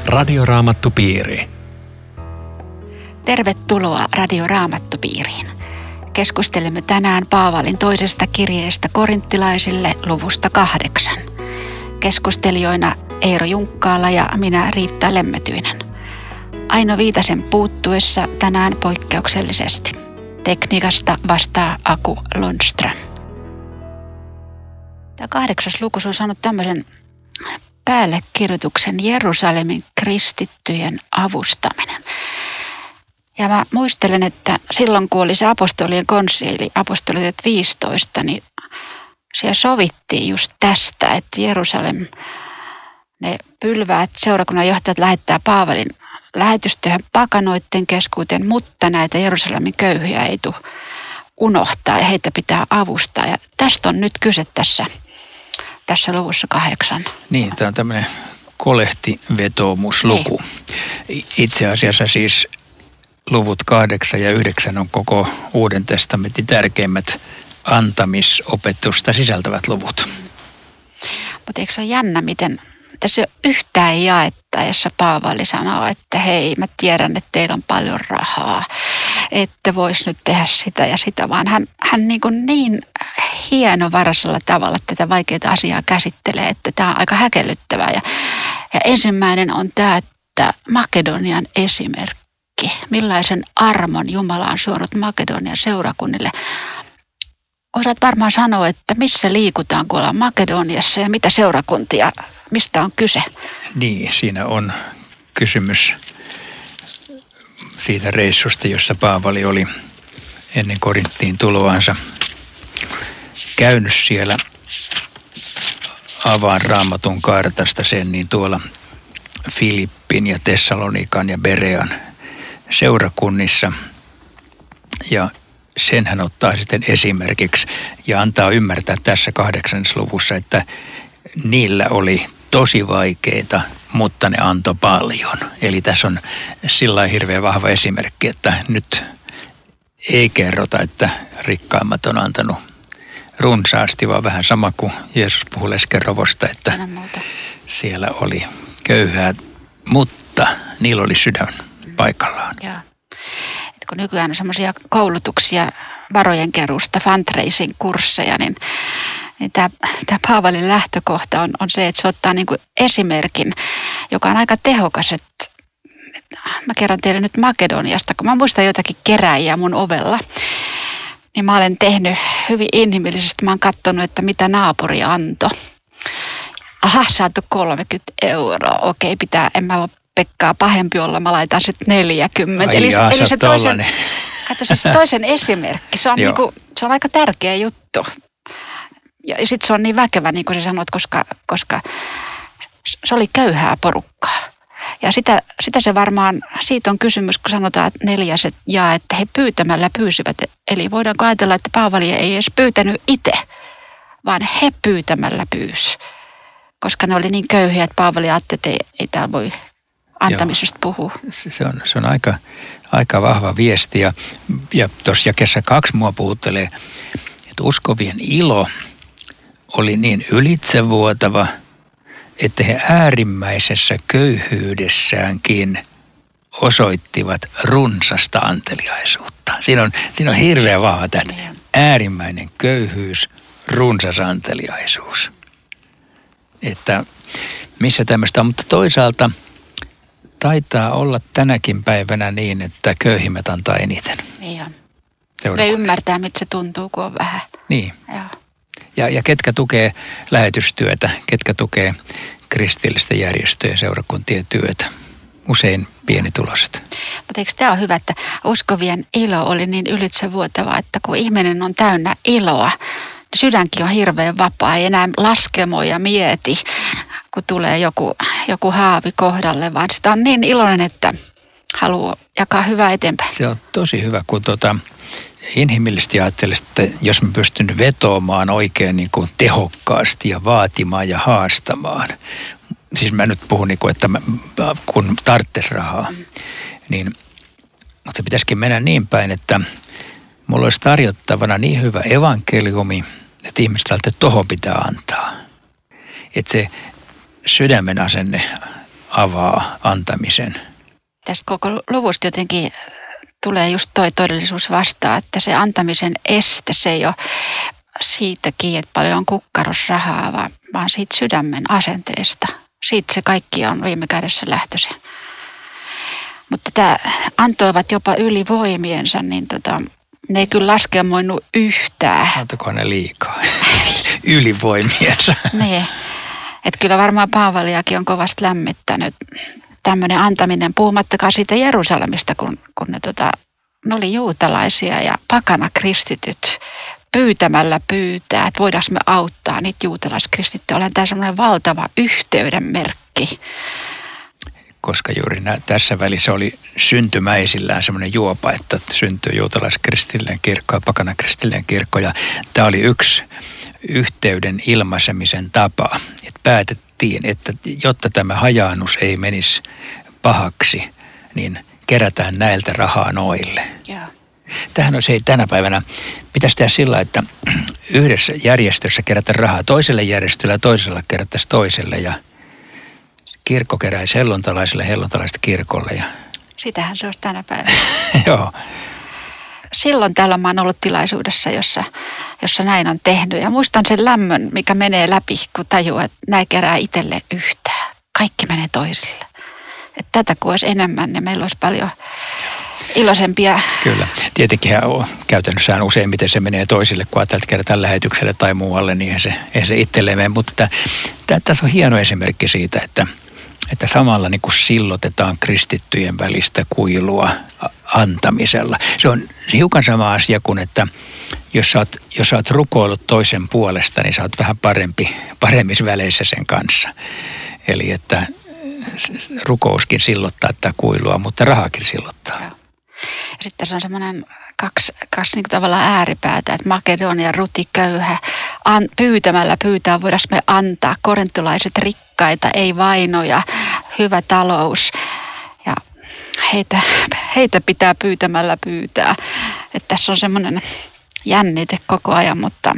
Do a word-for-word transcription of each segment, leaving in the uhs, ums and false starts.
Radioraamattupiiri. Tervetuloa Radioraamattupiiriin. Keskustelemme tänään Paavalin toisesta kirjeestä korinttilaisille luvusta kahdeksan. Keskustelijoina Eero Junkkaala ja minä Riitta Lemmetyinen. Aino Viitasen puuttuessa tänään poikkeuksellisesti. Tekniikasta vastaa Aku Lundström. Tämä kahdeksas luku on saanut tämmöisen päällekirjoituksen Jerusalemin kristittyjen avustaminen. Ja mä muistelen, että silloin kun oli se apostolien konsiili, apostolityöt viisitoista, niin siellä sovittiin just tästä, että Jerusalem, ne pylväät seurakunnan johtajat lähettää Paavalin lähetystyöhön pakanoitten keskuuteen, mutta näitä Jerusalemin köyhiä ei tule unohtaa ja heitä pitää avustaa. Ja tästä on nyt kyse tässä, tässä luvussa kahdeksan. Niin, tämä on tämmöinen kolehtivetoomusluku. Niin. Itse asiassa siis luvut kahdeksan ja yhdeksän on koko Uuden testamentin tärkeimmät antamisopetusta sisältävät luvut. Mutta eikö se ole jännä, miten tässä ei ole yhtään jaetta, jossa Paavali sanoo, että hei, mä tiedän, että teillä on paljon rahaa, että vois nyt tehdä sitä ja sitä, vaan hän, hän niin, kuin niin hienovaraisella tavalla tätä vaikeaa asiaa käsittelee, että tämä on aika häkellyttävää. Ja, ja ensimmäinen on tämä, että Makedonian esimerkki, millaisen armon Jumala on suonut Makedonian seurakunnille. Osaat varmaan sanoa, että missä liikutaan, kun ollaan Makedoniassa ja mitä seurakuntia, mistä on kyse? Niin, siinä on kysymys siitä reissusta, jossa Paavali oli ennen Korinttiin tuloansa käynyt siellä. Avaan Raamatun kartasta sen, niin tuolla Filippin ja Tessalonikan ja Berean seurakunnissa. Ja sen hän ottaa sitten esimerkiksi ja antaa ymmärtää tässä kahdeksannessa luvussa, että niillä oli tosi vaikeita, mutta ne antoi paljon. Eli tässä on sillä hirveän vahva esimerkki, että nyt ei kerrota, että rikkaimmat on antanut runsaasti, vaan vähän sama kuin Jeesus puhui leskerovosta, että siellä oli köyhää, mutta niillä oli sydän paikallaan. Ja. Kun nykyään on semmoisia koulutuksia varojen keruusta, fundraising kursseja, niin, niin tämä, tämä Paavalin lähtökohta on, on se, että se ottaa niin kuin esimerkin, joka on aika tehokas. Että, että mä kerron teille nyt Makedoniasta, kun mä muistan jotakin keräjiä mun ovella, niin mä olen tehnyt hyvin inhimillisesti. Mä oon katsonut, että mitä naapuri antoi. Aha, saatu kolmekymmentä euroa. Okei, pitää, en mä voi Pekkaa pahempi olla, mä laitan sitten neljäkymmentä. Ai eli jaa, eli se toisen, katso, siis toisen esimerkki, se on, niinku, se on aika tärkeä juttu. Ja sitten se on niin väkevä, niin kuin sä sanoit, koska, koska se oli köyhää porukkaa. Ja sitä, sitä se varmaan, siitä on kysymys, kun sanotaan, että neljäset jaa, että he pyytämällä pyysivät. Eli voidaanko ajatella, että Paavali ei edes pyytänyt itse, vaan he pyytämällä pyysi. Koska ne oli niin köyhiä, että Paavali ajatteli, että ei, ei täällä voi antamisesta puhuu. Se on, se on aika, aika vahva viesti ja, ja tuossa jakeessa kaksi mua puhuttelee, että uskovien ilo oli niin ylitsevuotava, että he äärimmäisessä köyhyydessäänkin osoittivat runsasta anteliaisuutta. Siinä on, siinä on hirveän vahva tämä äärimmäinen köyhyys, runsas anteliaisuus. Että missä tämmöistä on, mutta toisaalta taitaa olla tänäkin päivänä niin, että köyhimmät antaa eniten. Niin on. Me ymmärtää, mitä se tuntuu, kun on vähän. Niin. Joo. Ja, ja ketkä tukee lähetystyötä, ketkä tukee kristillisten järjestöjen ja seurakuntien työtä. Usein pienituloiset. Mutta eikö tämä ole hyvä, että uskovien ilo oli niin ylitsevuotava, että kun ihminen on täynnä iloa, sydänkin on hirveän vapaa, ei enää laskelmoja mieti, kun tulee joku, joku haavi kohdalle, vaan sitä on niin iloinen, että haluaa jakaa hyvää eteenpäin. Se on tosi hyvä, kun tuota, inhimillisesti ajattelisin, että jos mä pystyn vetoamaan oikein niin kuin tehokkaasti ja vaatimaan ja haastamaan, siis mä nyt puhun niin kuin, että mä, kun tarvitsisi rahaa, mm. niin mutta se pitäisikin mennä niin päin, että mulla olisi tarjottavana niin hyvä evankeliumi, että ihmiset ajattelee, että tohon pitää antaa. Että se sydämen asenne avaa antamisen. Tästä koko luvusta jotenkin tulee just toi todellisuus vastaan, että se antamisen este, se ei ole siitäkin, että paljon on kukkaros rahaa, vaan, vaan siitä sydämen asenteesta. Siitä se kaikki on viime kädessä lähtöisin. Mutta tämä antoivat jopa yli voimiensa, niin tota, ne ei kyllä laskelmoinut yhtään. Antakoon ne liikaa? Yli voimiensa. Niin. Että kyllä varmaan Paavaliakin on kovasti lämmittänyt tämmöinen antaminen, puhumattakaan siitä Jerusalemista, kun, kun ne, tota, ne oli juutalaisia ja pakana kristityt pyytämällä pyytää, että voidaanko me auttaa niitä juutalaiskristittyjä. Olen tämä semmoinen valtava yhteyden merkki. Koska juuri nä- tässä välissä oli syntymäisillään semmoinen juopa, että syntyi juutalaiskristillinen kirkko ja pakanakristillinen kirkko. Ja tämä oli yksi yhteyden ilmaisemisen tapa, että päätettiin, että jotta tämä hajaannus ei menisi pahaksi, niin kerätään näiltä rahaa noille. Joo. Tähän on se, ei tänä päivänä pitäisi tehdä sillä, että yhdessä järjestössä kerätä rahaa toiselle järjestölle ja toisella kerättäisiin toiselle ja kirkko keräisi hellontalaisille, hellontalaiset kirkolle. Ja Sitähän se olisi tänä päivänä. Joo. Silloin täällä mä oon ollut tilaisuudessa, jossa, jossa näin on tehnyt. Ja muistan sen lämmön, mikä menee läpi, kun tajuaa, että näin kerää itselle yhtään. Kaikki menee toisille. Että tätä kun olisi enemmän, niin meillä olisi paljon iloisempia. Kyllä. Tietenkin käytännössään useimmiten se menee toisille, kun ajatellaan, että kerätään lähetykselle tai muualle, niin eihän se, eihän se itselleen mene. Mutta tämä, tämä, tässä on hieno esimerkki siitä, että, että samalla niin kuin sillotetaan kristittyjen välistä kuilua antamisella. Se on hiukan sama asia kuin, että jos sä oot, jos sä oot rukoillut toisen puolesta, niin sä oot vähän parempi, paremmissa väleissä sen kanssa. Eli että rukouskin sillottaa tätä kuilua, mutta rahakin sillottaa. Ja sitten tässä on semmoinen kaksi, kaksi niin kuin tavallaan ääripäätä, että Makedonia, Ruti, köyhä, an, pyytämällä pyytää, voidaan me antaa, korintolaiset rikkaita, ei vainoja, hyvä talous ja heitä, heitä pitää pyytämällä pyytää. Että tässä on semmoinen jännite koko ajan, mutta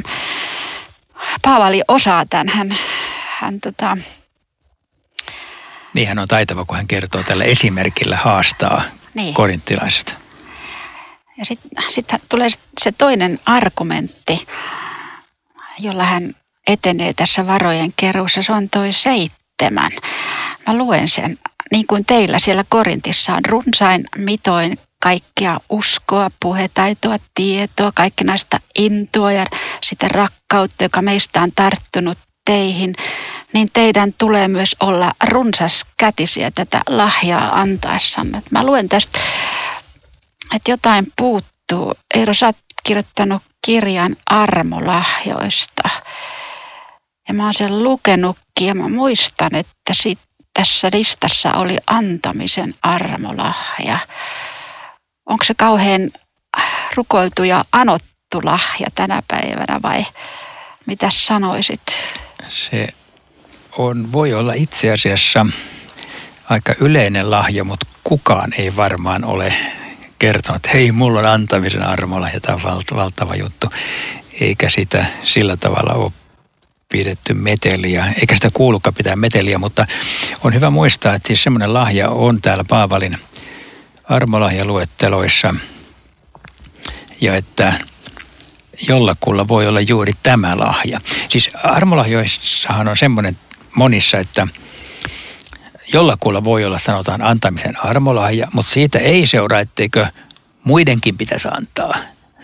Paavali osaa tämän, hän, hän tota, niin hän on taitava, kun hän kertoo tällä esimerkillä haastaa niin korinttilaiset. Ja sitten sit tulee se toinen argumentti, jolla hän etenee tässä varojen keruussa. Se on toi seitsemän. Mä luen sen, niin kuin teillä siellä Korintissa on runsain mitoin kaikkia uskoa, puhetaitoa, tietoa, kaikkinaista intoa ja sitä rakkautta, joka meistä on tarttunut teihin, niin teidän tulee myös olla runsaskätisiä tätä lahjaa antaessanne. Mä luen tästä, että jotain puuttuu. Eero, sä oot kirjoittanut kirjan armolahjoista. Ja mä oon sen lukenutkin ja mä muistan, että sit tässä listassa oli antamisen armolahja. Onko se kauhean rukoiltu ja anottu lahja tänä päivänä vai mitä sanoisit? Se on, voi olla itse asiassa aika yleinen lahja, mutta kukaan ei varmaan ole kertonut, että hei, mulla on antamisen armolahja, tämä on valtava juttu. Eikä sitä sillä tavalla ole pidetty meteliä, eikä sitä kuulukaan pitää meteliä, mutta on hyvä muistaa, että siis semmoinen lahja on täällä Paavalin armolahjaluetteloissa ja että jollakulla voi olla juuri tämä lahja. Siis armolahjoissahan on semmoinen monissa, että jollakulla voi olla, sanotaan, antamisen armolahja, mutta siitä ei seuraa, etteikö muidenkin pitäisi antaa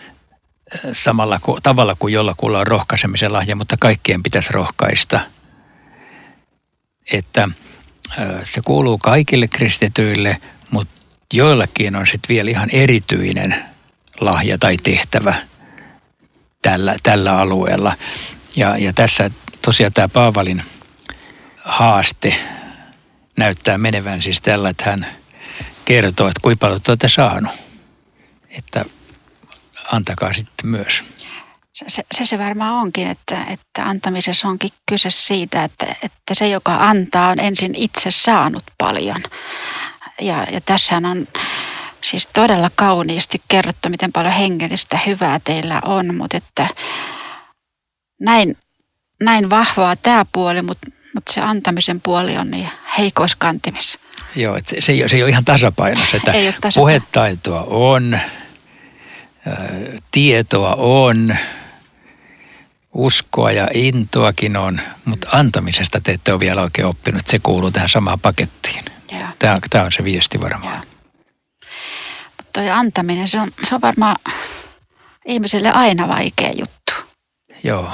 samalla tavalla kuin jollakulla on rohkaisemisen lahja, mutta kaikkien pitäisi rohkaista. Että se kuuluu kaikille kristityille, mutta joillakin on sitten vielä ihan erityinen lahja tai tehtävä tällä, tällä alueella. Ja, ja tässä tosiaan tämä Paavalin haaste näyttää menevän siis tällä, että hän kertoo, että kuinka paljon te olette saanut. Että antakaa sitten myös. Se, se, se varmaan onkin, että, että antamisessa onkin kyse siitä, että, että se, joka antaa, on ensin itse saanut paljon. Ja, ja tässähän on siis todella kauniisti kerrottu, miten paljon hengellistä hyvää teillä on, mutta että näin, näin vahvaa tämä puoli, mutta että se antamisen puoli on niin heikoissa kantimissa. Joo, että se, se, ei, se ei ole ihan tasapainossa, että puhetaitoa on, ä, tietoa on, uskoa ja intoakin on, mutta antamisesta te ette ole vielä oikein oppinut, että se kuuluu tähän samaan pakettiin. Tämä, tämä on se viesti varmaan. Mutta tuo antaminen, se on, se on varmaan ihmiselle aina vaikea juttu. Joo.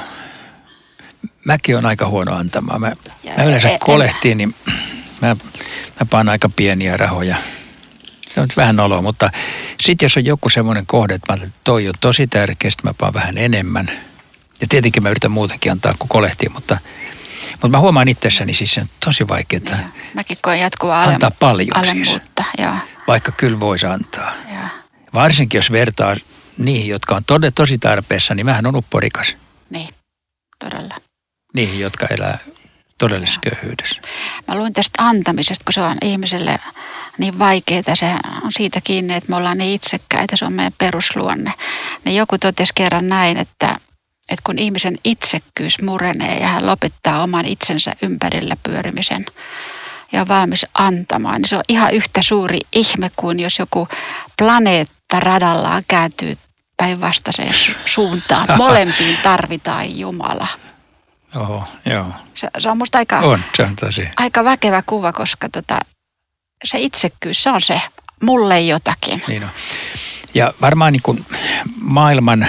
Mäkin on aika huono antamaan. Mä, mä yleensä en, kolehtiin, niin mä, mä paan aika pieniä rahoja. Se on vähän noloa, mutta sitten jos on joku semmoinen kohde, että mä ajattelin, että toi on tosi tärkeä, sitten mä paan vähän enemmän. Ja tietenkin mä yritän muutenkin antaa kuin kolehtia, mutta, mutta mä huomaan itsessäni siis se on tosi vaikeaa. Mäkin koen jatkuvaa alem, antaa paljon alemmuutta, siis, joo. Vaikka kyllä voisi antaa. Joo. Varsinkin jos vertaa niihin, jotka on todella, tosi tarpeessa, niin mähän on upporikas. Niin, todella. Niihin, jotka elää todellisessa köyhyydessä. Mä luin tästä antamisesta, kun se on ihmiselle niin vaikeaa. Se on siitä kiinni, että me ollaan niin itsekkäitä. Se on meidän perusluonne. Niin joku totesi kerran näin, että, että kun ihmisen itsekkyys murenee ja hän lopettaa oman itsensä ympärillä pyörimisen ja on valmis antamaan, niin se on ihan yhtä suuri ihme kuin jos joku planeetta radallaan kääntyy päinvastaiseen suuntaan. Molempiin tarvitaan Jumala. Oho, joo. Se, se on musta aika, on, se on tosi. aika väkevä kuva, koska tota, se itsekkyys, se on se mulle jotakin. Niin on. Ja varmaan niin kuin maailman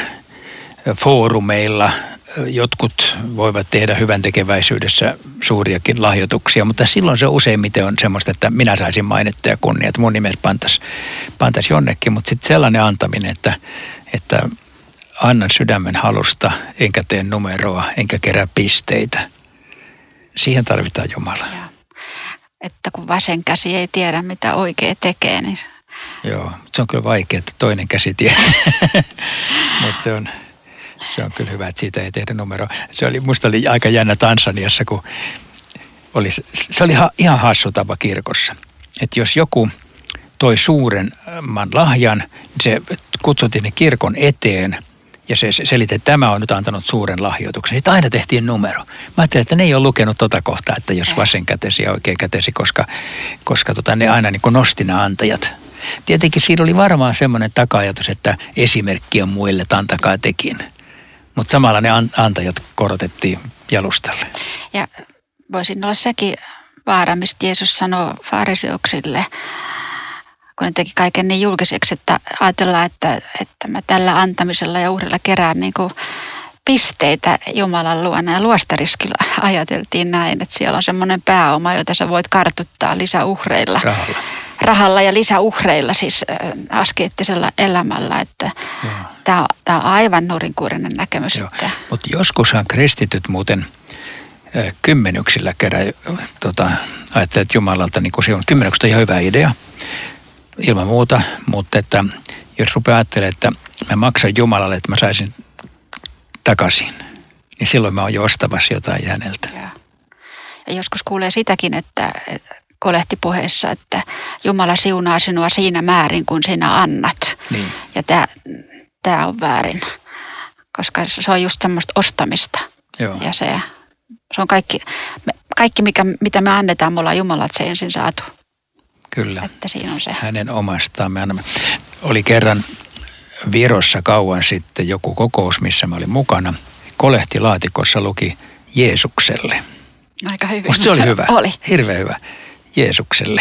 foorumeilla jotkut voivat tehdä hyvän tekeväisyydessä suuriakin lahjoituksia, mutta silloin se useimmiten on semmoista, että minä saisin mainetta ja kunnia, että mun nimessä pantaisi pantais jonnekin, mutta sitten sellainen antaminen, että, että annan sydämen halusta, enkä tee numeroa, enkä kerää pisteitä. Siihen tarvitaan Jumalaa. Ja, että kun vasen käsi ei tiedä, mitä oikea tekee, niin... Joo, se on kyllä vaikea, että toinen käsi tiedä. Mutta se on, se on kyllä hyvä, että siitä ei tehdä numeroa. Se oli, musta oli aika jännä Tansaniassa, kun oli, se oli ha, ihan hassu tapa kirkossa. Että jos joku toi suuremman lahjan, niin se kutsuttiin ne kirkon eteen, ja se selitti, että tämä on nyt antanut suuren lahjoituksen. Sitten aina tehtiin numero. Mä ajattelin, että ne ei ole lukenut tota kohtaa, että jos vasenkätesi ja oikeakätesi, koska, koska tota, ne aina niin kuin nosti nämä antajat. Tietenkin siinä oli varmaan semmoinen taka-ajatus, että esimerkki on muille, että antakaa tekin. Mutta samalla ne antajat korotettiin jalustalle. Ja voisin olla sekin vaara, mistä Jeesus sanoo fariseoksille, kun ne teki kaiken niin julkiseksi, että ajatellaan, että, että mä tällä antamisella ja uhrilla kerään niin kuin pisteitä Jumalan luona. Ja luostariskilla ajateltiin näin, että siellä on semmoinen pääoma, jota sä voit kartuttaa lisäuhreilla. Rahalla. Rahalla ja lisäuhreilla, siis askeettisella elämällä. Että tämä on, tämä on aivan nurinkuurinen näkemys. Mutta joskushan kristityt muuten kymmenyksillä kerää, tota, ajattelee, että Jumalalta niin se on kymmenykset on ihan hyvä idea. Ilman muuta, mutta että jos rupeaa ajattelemaan, että mä maksan Jumalalle, että mä saisin takaisin, niin silloin mä oon jo ostamassa jotain häneltä. Ja, ja joskus kuulee sitäkin, että kolehtipuheessa, että Jumala siunaa sinua siinä määrin, kun sinä annat. Niin. Ja tämä, tämä on väärin, koska se on just semmoista ostamista. Joo. Ja se, se on kaikki, kaikki mikä, mitä me annetaan, me ollaan Jumalalta se ensin saatu. Kyllä. Että siinä on se. Hänen omastaan me annamme. Oli kerran Virossa kauan sitten joku kokous, missä mä olin mukana. Kolehtilaatikossa luki Jeesukselle. Aika hyvin. Musta se oli hyvä. Oli. Hirveän hyvä. Jeesukselle.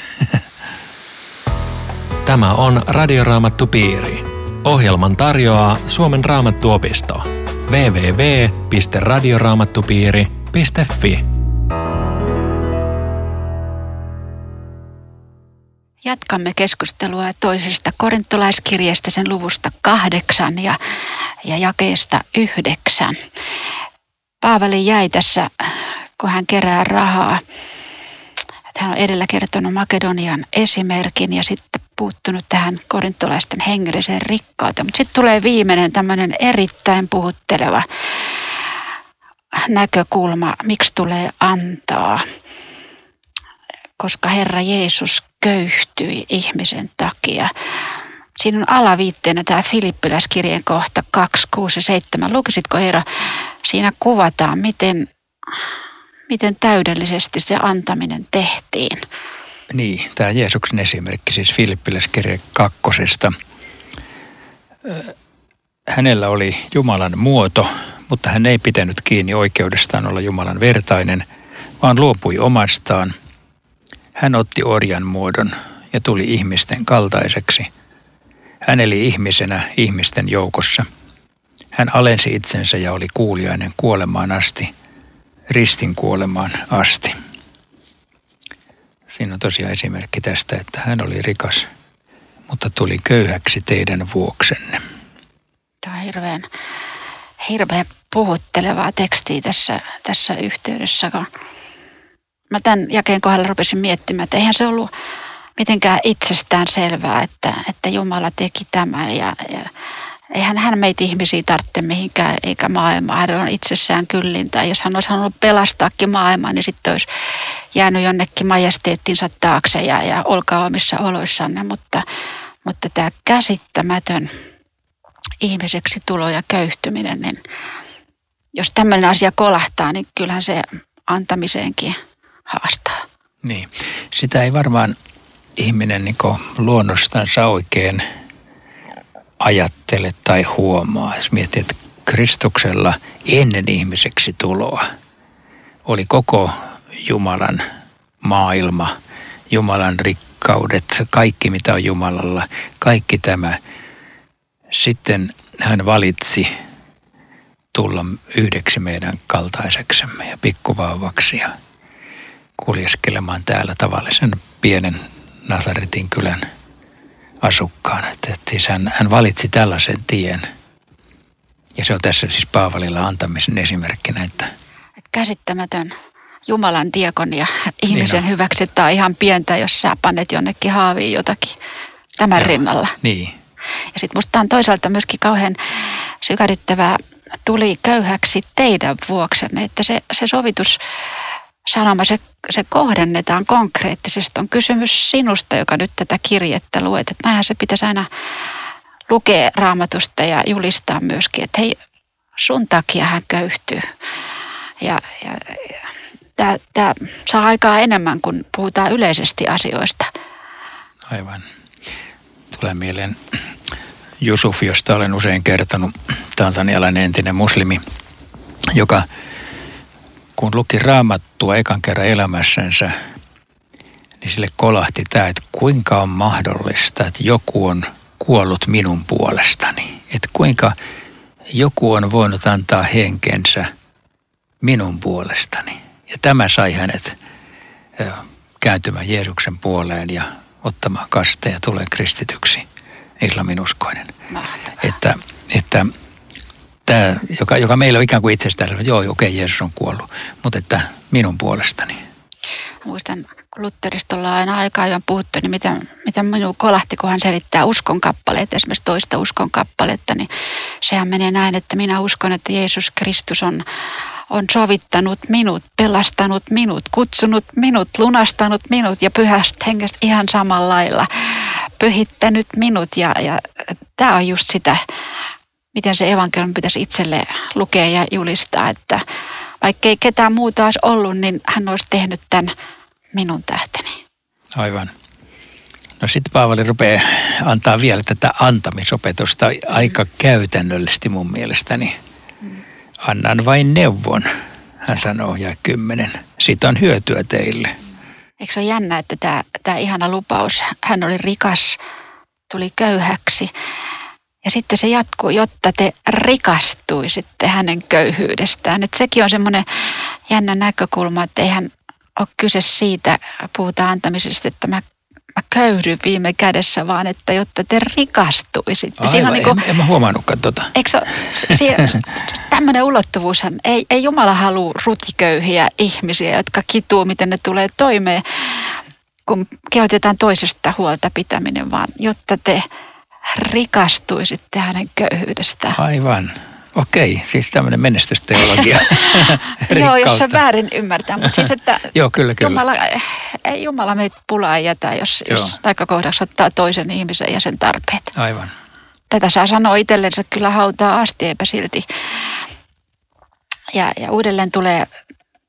Tämä on Radioraamattupiiri. Ohjelman tarjoaa Suomen Raamattuopisto. double-u double-u double-u piste radioraamattupiiri piste fi. Jatkamme keskustelua toisesta korintolaiskirjeestä, sen luvusta kahdeksan ja, ja jakeesta yhdeksän. Paavali jäi tässä, kun hän kerää rahaa. Hän on edellä kertonut Makedonian esimerkin ja sitten puuttunut tähän korintolaisten hengelliseen rikkauteen. Mutta sitten tulee viimeinen tämmöinen erittäin puhutteleva näkökulma, miksi tulee antaa. Koska Herra Jeesus köyhtyi ihmisen takia. Siinä on alaviitteenä tämä Filippiläiskirjeen kohta kaksi, kuusi ja seitsemän. Lukisitko Eero? Siinä kuvataan, miten, miten täydellisesti se antaminen tehtiin. Niin, tämä Jeesuksen esimerkki siis Filippiläiskirje kakkosesta. Hänellä oli Jumalan muoto, mutta hän ei pitänyt kiinni oikeudestaan olla Jumalan vertainen, vaan luopui omastaan. Hän otti orjan muodon ja tuli ihmisten kaltaiseksi. Hän eli ihmisenä ihmisten joukossa. Hän alensi itsensä ja oli kuuliainen kuolemaan asti, ristin kuolemaan asti. Siinä on tosiaan esimerkki tästä, että hän oli rikas, mutta tuli köyhäksi teidän vuoksenne. Tämä on hirveän, hirveän puhuttelevaa tekstiä tässä, tässä yhteydessä, kun mä tämän jakeen kohdalla rupesin miettimään, että eihän se ollut mitenkään itsestään selvää, että, että Jumala teki tämän ja, ja eihän hän meitä ihmisiä tarvitse mihinkään eikä maailmaa. Hän on itsessään kyllin. Tai jos hän olisi halunnut pelastaakin maailmaa, niin sitten olisi jäänyt jonnekin majesteettinsa taakse ja, ja olkaa omissa oloissanne. Mutta, mutta tämä käsittämätön ihmiseksi tulo ja köyhtyminen, niin jos tämmöinen asia kolahtaa, niin kyllähän se antamiseenkin haastaa. Niin, sitä ei varmaan ihminen niin kuin luonnostansa oikein ajattele tai huomaa. Jos miettii, että Kristuksella ennen ihmiseksi tuloa oli koko Jumalan maailma, Jumalan rikkaudet, kaikki mitä on Jumalalla, kaikki tämä. Sitten hän valitsi tulla yhdeksi meidän kaltaiseksemme ja pikkuvauvaksi ja kuljeskelemaan täällä tavallisen pienen Nazaretin kylän asukkaana. Että, että siis hän, hän valitsi tällaisen tien. Ja se on tässä siis Paavalilla antamisen esimerkkinä, että Et käsittämätön Jumalan diakonia ihmisen niin hyväksi, että on ihan pientä, jos sä panet jonnekin haaviin jotakin tämän Joo, rinnalla. Niin. Ja sitten musta on toisaalta myöskin kauhean sykäryttävää, tuli köyhäksi teidän vuoksenne, että se, se sovitus sanoma, se, se kohdennetaan konkreettisesti. On kysymys sinusta, joka nyt tätä kirjettä luet. Että näinhän se pitäisi aina lukea Raamatusta ja julistaa myöskin, että hei, sun takia hän köyhtyy. Ja, ja, ja tämä, tämä saa aikaa enemmän, kun puhutaan yleisesti asioista. Aivan. Tulee mieleen Jusuf, josta olen usein kertonut, tansanialainen entinen muslimi, joka kun luki Raamattua ekan kerran elämässänsä, niin sille kolahti tämä, että kuinka on mahdollista, että joku on kuollut minun puolestani. Että kuinka joku on voinut antaa henkensä minun puolestani. Ja tämä sai hänet kääntymään Jeesuksen puoleen ja ottamaan kasteen ja tulee kristityksi, islaminuskoinen. Mahtavaa. Että, että tämä, joka, joka meillä on ikään kuin itsestään, että joo, okei, okay, Jeesus on kuollut, mutta että minun puolestani. Muistan, kun Luteristolla on aina aikaa ajoin puhuttu, niin mitä, mitä minun kolahti, kun hän selittää uskonkappaleet, esimerkiksi toista uskonkappaletta, niin sehän menee näin, että minä uskon, että Jeesus Kristus on, on sovittanut minut, pelastanut minut, kutsunut minut, lunastanut minut ja pyhästä hengestä ihan samalla lailla, pyhittänyt minut. Ja, ja tämä on just sitä, miten se evankeliumi pitäisi itselle lukea ja julistaa, että vaikka ei ketään muuta olisi ollut, niin hän olisi tehnyt tämän minun tähteni. Aivan. No sitten Paavali rupeaa antaa vielä tätä antamisopetusta aika käytännöllisesti mun mielestäni. Annan vain neuvon, hän sanoo, ja kymmenen. Siitä on hyötyä teille. Eikö se ole jännä, että tämä, tämä ihana lupaus, hän oli rikas, tuli köyhäksi. Ja sitten se jatkuu, jotta te rikastuisitte hänen köyhyydestään. Että sekin on semmoinen jännä näkökulma, että eihän ole kyse siitä, puhutaan antamisesta, että mä, mä köydyn viime kädessä, vaan että jotta te rikastuisitte. Aivan, Siinä on niin kuin, en, en mä huomannutkaan tota. Eikö se, tämmöinen ulottuvuushan, ei, ei Jumala halua rutiköyhiä ihmisiä, jotka kituu, miten ne tulee toimeen, kun kehotetaan toisesta huolta pitäminen, vaan jotta te rikastuisitte hänen köyhyydestään. Aivan. Okei, siis tämmöinen menestysteologia. Joo, jos se väärin ymmärtää. Mutta siis, että Joo, kyllä, kyllä. Jumala, ei Jumala meitä pulaa jätä, jos, jos aikakaudaksi ottaa toisen ihmisen ja sen tarpeet. Aivan. Tätä saa sanoa itsellensä kyllä hautaa asti, eipä silti. Ja, ja uudelleen tulee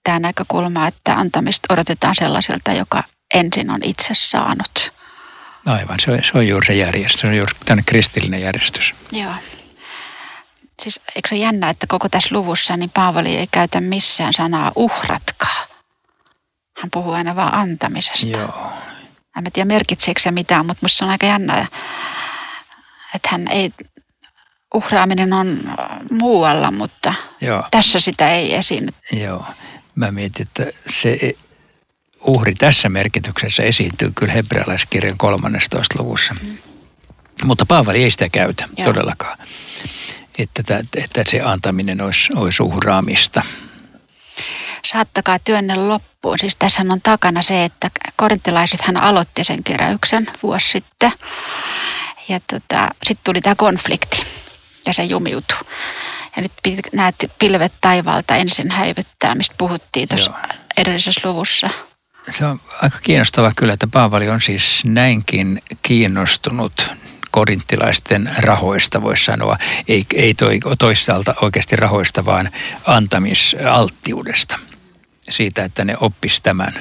tämä näkökulma, että antamista odotetaan sellaiselta, joka ensin on itse saanut. Aivan, se on, se on juuri se järjestys, se on juuri tämmöinen kristillinen järjestys. Joo. Siis eikö se jännä, että koko tässä luvussa niin Paavali ei käytä missään sanaa uhratkaa. Hän puhuu aina vaan antamisesta. Joo. En tiedä merkitseekö se mitään, mutta musta se on aika jännä, että hän ei, uhraaminen on muualla, mutta Joo. tässä sitä ei esiinny. Joo, mä mietin, että se uhri tässä merkityksessä esiintyy kyllä hebrealaiskirjan kolmannessatoista luvussa. Mm. Mutta Paavali ei sitä käytä Joo. todellakaan, että, että se antaminen olisi, olisi uhraamista. Saattakaa työnne loppuun. Siis tässä on takana se, että korintilaiset hän aloitti sen keräyksen vuosi sitten. Ja tota, sitten tuli tämä konflikti ja se jumiutui. Ja nyt nämä pilvet taivaalta ensin häivyttää, mistä puhuttiin tuossa edellisessä luvussa. Se on aika kiinnostavaa kyllä, että Paavali on siis näinkin kiinnostunut korinttilaisten rahoista, voisi sanoa. Ei, ei toi, toisaalta oikeasti rahoista, vaan antamisalttiudesta. Siitä, että ne oppisi tämän.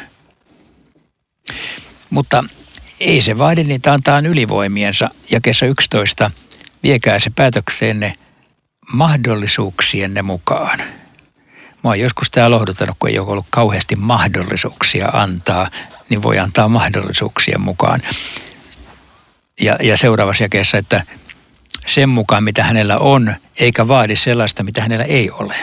Mutta ei se vaadi niitä antaa ylivoimiensa. Jakeessa yksitoista, viekää se päätökseenne mahdollisuuksienne mukaan. Mä oon joskus tää lohduttanut, kun ei ole ollut kauheasti mahdollisuuksia antaa, niin voi antaa mahdollisuuksien mukaan. Ja, ja seuraavassa jakeessa, että sen mukaan, mitä hänellä on, eikä vaadi sellaista, mitä hänellä ei ole.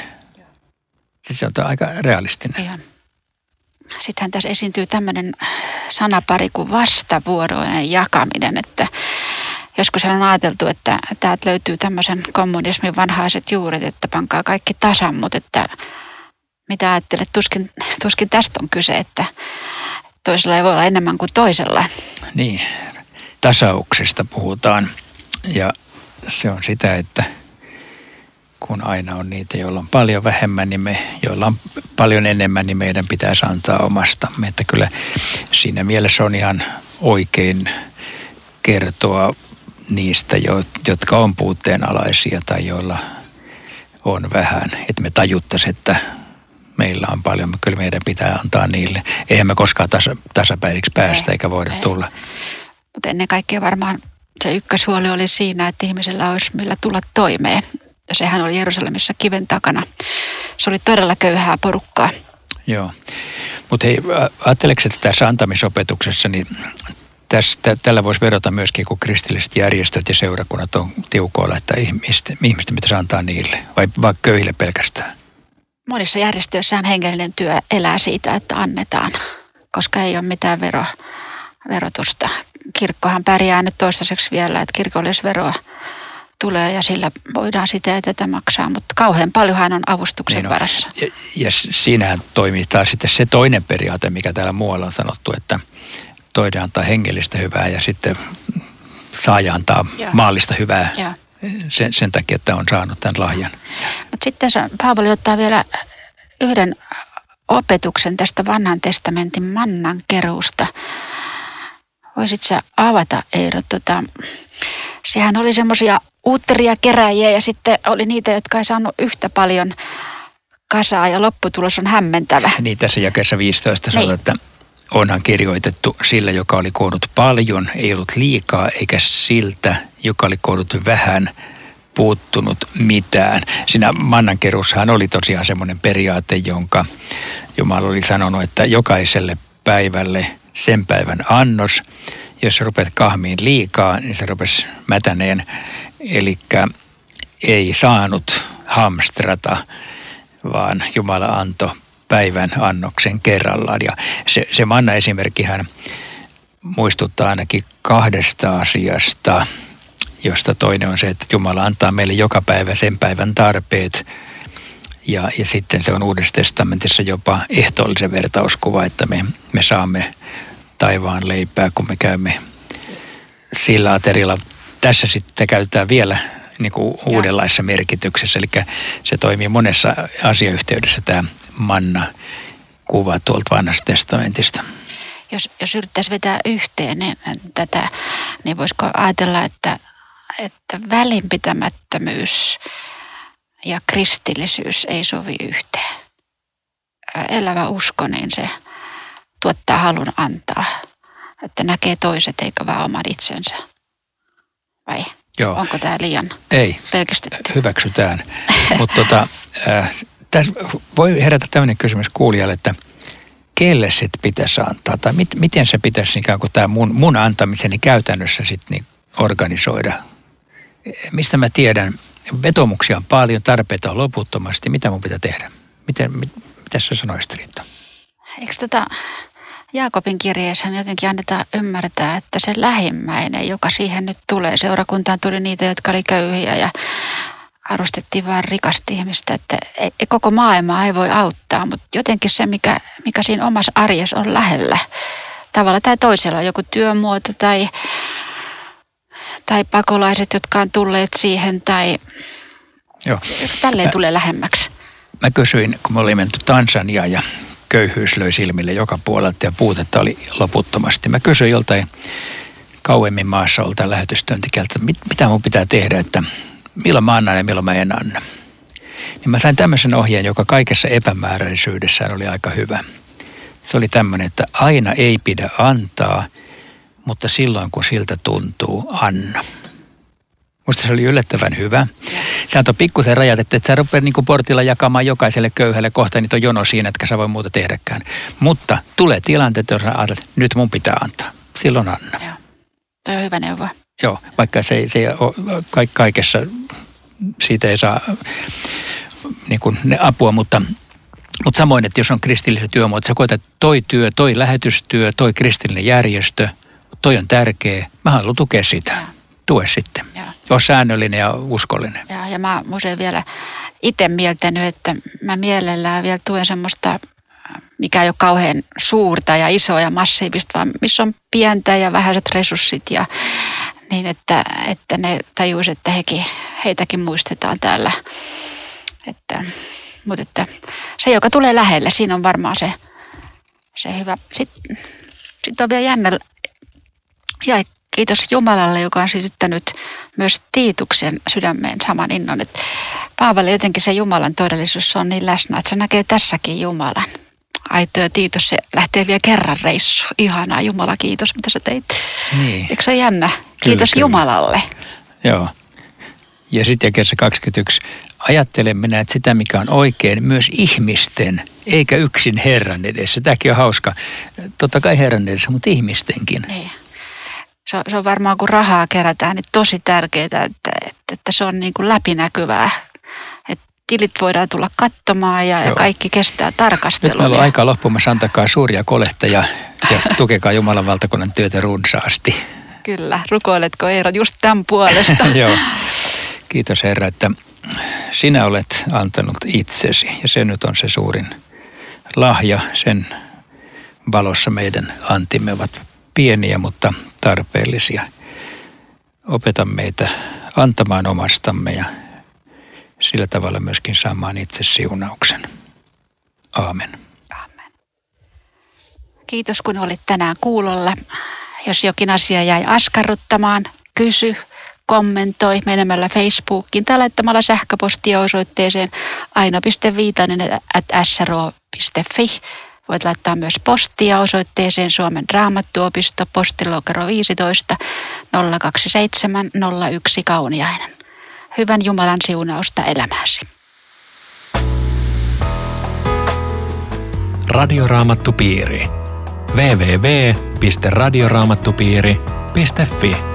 Se on aika realistinen. Ihan. Sittenhän tässä esiintyy tämmöinen sanapari kuin vastavuoroinen jakaminen, että joskus on ajateltu, että täältä löytyy tämmöisen kommunismin vanhaiset juuret, että pankaa kaikki tasan, mutta että mitä ajattelet, tuskin, tuskin tästä on kyse, että toisella ei voi olla enemmän kuin toisella. Niin, tasauksesta puhutaan ja se on sitä, että kun aina on niitä, joilla on paljon vähemmän, niin me, joilla on paljon enemmän, niin meidän pitäisi antaa omastamme. Että kyllä siinä mielessä on ihan oikein kertoa niistä, jotka on puutteenalaisia tai joilla on vähän. Että me tajuttaisiin, että meillä on paljon, kyllä meidän pitää antaa niille. Eihän me koskaan tasa, tasapäiviksi päästä ei, eikä voida ei. tulla. Mutta ennen kaikkea varmaan se ykköshuoli oli siinä, että ihmisellä olisi millä tulla toimeen. Ja sehän oli Jerusalemissa kiven takana. Se oli todella köyhää porukkaa. Joo. Mutta hei, ajatteleeko, että tässä antamisopetuksessa, niin tästä, tällä voisi vedota myöskin, kun kristilliset järjestöt ja seurakunnat on tiukoilla, että ihmisten, ihmisten pitäisi antaa niille, vai vaan köyhille pelkästään? Monissa järjestöissähän hengellinen työ elää siitä, että annetaan, koska ei ole mitään vero, verotusta. Kirkkohan pärjää nyt toistaiseksi vielä, että kirkollisveroa tulee ja sillä voidaan sitä ja tätä maksaa, mutta kauhean paljonhan on avustuksen niin varassa. Ja, ja siinähän toimii taas sitten se toinen periaate, mikä täällä muualla on sanottu, että toinen antaa hengellistä hyvää ja sitten saaja antaa Joo. maallista hyvää sen, sen takia, että on saanut tämän lahjan. Mutta sitten Paavali ottaa vielä yhden opetuksen tästä vanhan testamentin mannan keruusta. Voisit sä avata, Eero? Tota, sehän oli semmoisia uutteria keräjiä ja sitten oli niitä, jotka ei saanut yhtä paljon kasaa ja lopputulos on hämmentävä. Niin, tässä jakeessa viisitoista sanotaan, että onhan kirjoitettu sillä, joka oli koonnut paljon, ei ollut liikaa, eikä siltä, joka oli koonnut vähän, puuttunut mitään. Siinä mannankeruussahan oli tosiaan semmoinen periaate, jonka Jumala oli sanonut, että jokaiselle päivälle sen päivän annos. Jos sä rupeat kahmiin liikaa, niin se rupesi mätäneen. Eli ei saanut hamstrata, vaan Jumala antoi päivän annoksen kerrallaan. Ja se, se manna-esimerkkihän muistuttaa ainakin kahdesta asiasta, josta toinen on se, että Jumala antaa meille joka päivä sen päivän tarpeet. Ja, ja sitten se on Uudessa testamentissa jopa ehtoollisen vertauskuva, että me, me saamme taivaan leipää, kun me käymme sillä aterialla. Tässä sitten käytetään vielä niin kuin uudenlaisessa merkityksessä, eli se toimii monessa asiayhteydessä tämä manna-kuva tuolta vanhasta testamentista. Jos, jos yrittäisi vetää yhteen niin, tätä, niin voisiko ajatella, että, että välinpitämättömyys ja kristillisyys ei sovi yhteen? elävä usko, niin se tuottaa halun antaa. Että näkee toiset eikä vaan oman itsensä. Vai Joo. Onko tämä liian Ei, pelkistetty? Hyväksytään. Mutta tota, äh, tässä voi herätä tämmöinen kysymys kuulijalle, että kelle sit pitäisi antaa? Tai mit, miten se pitäisi ikään kuin tämä mun, mun antamiseni käytännössä sitten niin organisoida? Mistä mä tiedän? Vetomuksia on paljon, tarpeita on loputtomasti. Mitä mun pitää tehdä? Miten, mit, mitä sä sanoisit, Riitta? Eikö tota Jaakobin kirjeessä jotenkin annetaan ymmärtää, että se lähimmäinen, joka siihen nyt tulee, seurakuntaan tuli niitä, jotka oli köyhiä ja arvostettiin vain rikasta ihmistä, että koko maailmaa ei voi auttaa, mutta jotenkin se, mikä, mikä siinä omassa arjessa on lähellä, tavalla tai toisella, joku työmuoto tai, tai pakolaiset, jotka on tulleet siihen tai Joo. tälleen mä, tulee lähemmäksi. Mä kysyin, kun me olimme menty Tansaniaan ja köyhyys löi silmille joka puolelta ja puutetta oli loputtomasti. Mä kysyin joltain kauemmin maassa oltaan lähetystyöntekijältä, mit, mitä mun pitää tehdä, että milloin mä annan ja milloin mä en anna. Niin mä sain tämmöisen ohjeen, joka kaikessa epämääräisyydessään oli aika hyvä. Se oli tämmöinen, että aina ei pidä antaa, mutta silloin kun siltä tuntuu, anna. Musta se oli yllättävän hyvä. Se antoi pikkusen rajat, että et sä rupeat niin kuin portilla jakamaan jokaiselle köyhälle kohta, niitä on jono siinä, etkä sä voi muuta tehdäkään. Mutta tulee tilanteet, jos sä ajattelet, että nyt mun pitää antaa. Silloin anna. Joo. Toi on hyvä neuvo. Joo, vaikka se, se ei ole kaikessa, siitä ei saa niin kuin ne apua, mutta, mutta samoin, että jos on kristillinen työmuoto, sä koetat, että toi työ, toi lähetystyö, toi kristillinen järjestö, toi on tärkeä, mä haluan tukea sitä. Ja. Tue sitten. Ja. Ole säännöllinen ja uskollinen. Ja, ja mä usein vielä itse mieltänyt, että mä mielellään vielä tuen semmoista, mikä ei ole kauhean suurta ja isoa ja massiivista, vaan missä on pientä ja vähäiset resurssit ja niin, että, että ne tajuisivat, että hekin, heitäkin muistetaan täällä. Että, mutta että se, joka tulee lähelle, siinä on varmaan se, se hyvä. Sitten, sitten on vielä jännä, ja kiitos Jumalalle, joka on sytyttänyt myös Tiituksen sydämeen saman innon. Että Paavali jotenkin se Jumalan todellisuus on niin läsnä, että se näkee tässäkin Jumalan. Aito ja Tiitos, se lähtee vielä kerran reissu. Ihanaa, Jumala, kiitos, mitä sä teit. Niin. Eikö se ole jännä? Kiitos kyllä, Jumalalle. Kyllä. Joo. Ja sitten jakeessa kaksikymmentäyksi. Ajattelemme näet sitä, mikä on oikein, myös ihmisten, eikä yksin Herran edessä. Tämäkin on hauska. Totta kai Herran edessä, mutta ihmistenkin. Niin. Se on, se on varmaan, kun rahaa kerätään, niin tosi tärkeää, että, että, että se on niin kuin läpinäkyvää. Että tilit voidaan tulla katsomaan ja, ja kaikki kestää tarkastelua. Nyt meillä on aika loppumassa, antakaa suuria kolehteja ja tukekaa Jumalan valtakunnan työtä runsaasti. Kyllä, rukoiletko Eero just tämän puolesta? Joo, kiitos Herra, että sinä olet antanut itsesi ja se nyt on se suurin lahja. Sen valossa meidän antimme ovat pieniä, mutta tarpeellisia. Opeta meitä antamaan omastamme ja sillä tavalla myöskin saamaan itse siunauksen. Aamen. Aamen. Kiitos, kun olit tänään kuulolla. Jos jokin asia jäi askarruttamaan, kysy, kommentoi menemällä Facebookiin tai laittamalla sähköpostia osoitteeseen aino piste viitanen ät s r o piste f i. Voit laittaa myös postia osoitteeseen Suomen Raamattuopisto, postilokero viisitoista nolla kaksi seitsemän nolla yksi Kauniainen. Hyvän Jumalan siunausta elämääsi. Radioraamattupiiri. double-u double-u double-u piste radioraamattupiiri piste f i